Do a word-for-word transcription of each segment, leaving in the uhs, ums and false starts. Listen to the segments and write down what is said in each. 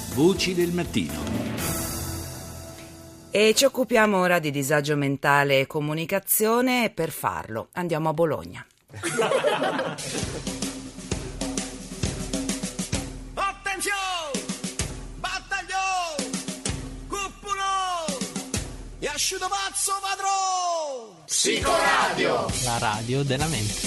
Voci del mattino. E ci occupiamo ora di disagio mentale e comunicazione e per farlo andiamo a Bologna. Attenzione! Battaglione! Cuppulo! E asciutto pazzo padrone! Psicoradio, la radio della mente.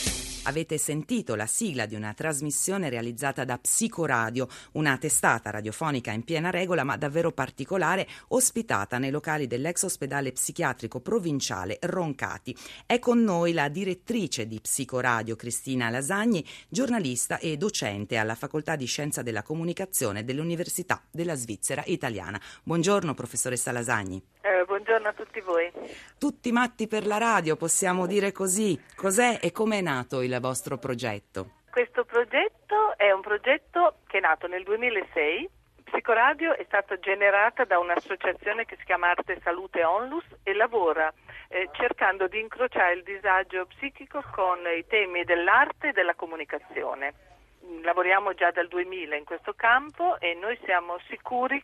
Avete sentito la sigla di una trasmissione realizzata da Psicoradio, una testata radiofonica in piena regola ma davvero particolare, ospitata nei locali dell'ex ospedale psichiatrico provinciale Roncati. È con noi la direttrice di Psicoradio, Cristina Lasagni, giornalista e docente alla Facoltà di Scienza della Comunicazione dell'Università della Svizzera Italiana. Buongiorno professoressa Lasagni. Eh, buongiorno a tutti voi. Tutti matti per la radio, possiamo dire così. Cos'è e come è nato il vostro progetto? Questo progetto è un progetto che è nato nel duemilasei. Psicoradio è stata generata da un'associazione che si chiama Arte Salute Onlus e lavora eh, cercando di incrociare il disagio psichico con i temi dell'arte e della comunicazione. Lavoriamo già dal duemila in questo campo e noi siamo sicuri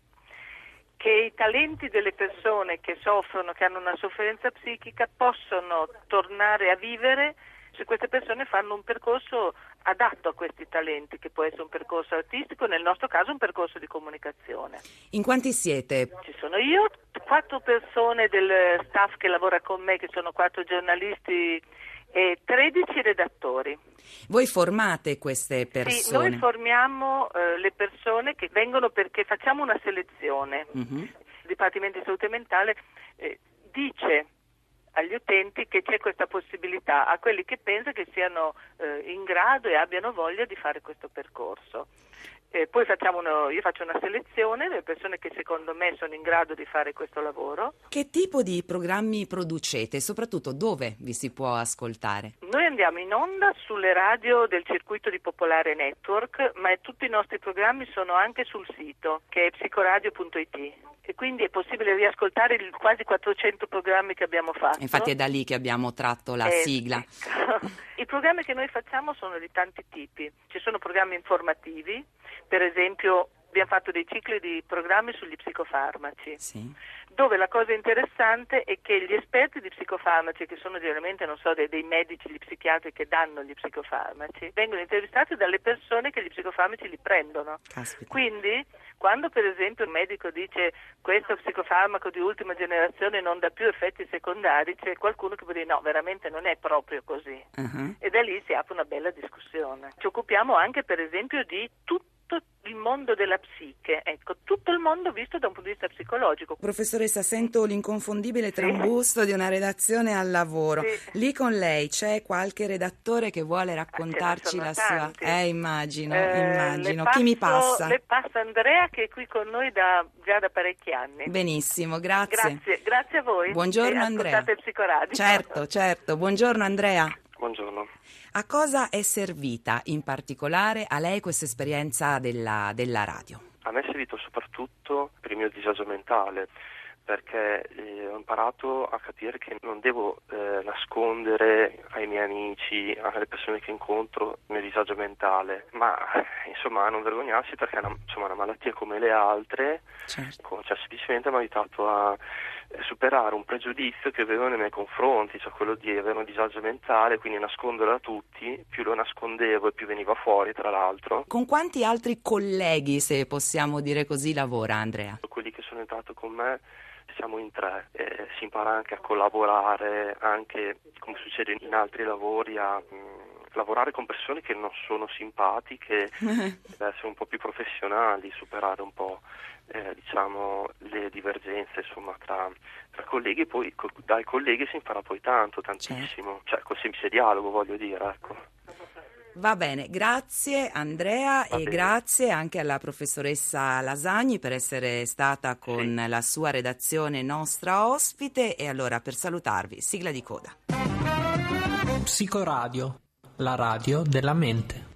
che i talenti delle persone che soffrono, che hanno una sofferenza psichica, possono tornare a vivere se queste persone fanno un percorso adatto a questi talenti, che può essere un percorso artistico, nel nostro caso un percorso di comunicazione. In quanti siete? Ci sono io, quattro persone del staff che lavora con me, che sono quattro giornalisti e tredici redattori. Voi formate queste persone? Sì, noi formiamo eh, le persone che vengono perché facciamo una selezione. Uh-huh. Il Dipartimento di Salute Mentale eh, dice agli utenti che c'è questa possibilità, a quelli che pensano che siano eh, in grado e abbiano voglia di fare questo percorso. Eh, poi facciamo uno, io faccio una selezione delle persone che secondo me sono in grado di fare questo lavoro. Che tipo di programmi producete e soprattutto dove vi si può ascoltare? Noi andiamo in onda sulle radio del circuito di Popolare Network, ma tutti i nostri programmi sono anche sul sito che è psicoradio punto it e quindi è possibile riascoltare i quasi quattrocento programmi che abbiamo fatto. Infatti è da lì che abbiamo tratto la eh, sigla. Ecco. I programmi che noi facciamo sono di tanti tipi. Ci sono programmi informativi, per esempio abbiamo fatto dei cicli di programmi sugli psicofarmaci, sì, dove la cosa interessante è che gli esperti di psicofarmaci, che sono generalmente, non so, dei, dei medici, gli psichiatri che danno gli psicofarmaci, vengono intervistati dalle persone che gli psicofarmaci li prendono. Caspita. Quindi, quando per esempio il medico dice questo psicofarmaco di ultima generazione non dà più effetti secondari, c'è qualcuno che può dire no, veramente non è proprio così. Uh-huh. E da lì si apre una bella discussione. Ci occupiamo anche per esempio di tutto il mondo della psiche, ecco, tutto il mondo visto da un punto di vista psicologico. Professoressa, sento l'inconfondibile trambusto sì. di una redazione al lavoro. Sì. Lì con lei c'è qualche redattore che vuole raccontarci la tanti. sua... Eh, immagino, eh, immagino. Passo, Chi mi passa? Le passa Andrea, che è qui con noi da, già da parecchi anni. Benissimo, grazie. Grazie, grazie a voi. Buongiorno e Andrea. Ascoltate Psicoradio. Certo, certo. Buongiorno Andrea. Buongiorno. A cosa è servita in particolare a lei questa esperienza della, della radio? A me è servito soprattutto per il mio disagio mentale, perché eh, ho imparato a capire che non devo eh, nascondere ai miei amici, alle persone che incontro, il mio disagio mentale, ma insomma non vergognarsi, perché è una, insomma, una malattia come le altre, certo. Cioè semplicemente mi ha aiutato a superare un pregiudizio che avevo nei miei confronti, cioè quello di avere un disagio mentale, quindi nasconderlo da tutti. Più lo nascondevo e più veniva fuori, tra l'altro. Con quanti altri colleghi, se possiamo dire così, lavora Andrea? Quelli che sono entrati con me siamo in tre, e si impara anche a collaborare, anche come succede in altri lavori, a mh, lavorare con persone che non sono simpatiche, essere un po' più professionali, superare un po' eh, diciamo le divergenze insomma tra, tra colleghi, e poi co- dai colleghi si impara poi tanto, tantissimo, certo. Cioè col semplice dialogo, voglio dire, ecco. Va bene, grazie Andrea. Va e bene. Grazie anche alla professoressa Lasagni per essere stata con sì. la sua redazione nostra ospite. E allora, per salutarvi, sigla di coda. Psicoradio, la radio della mente.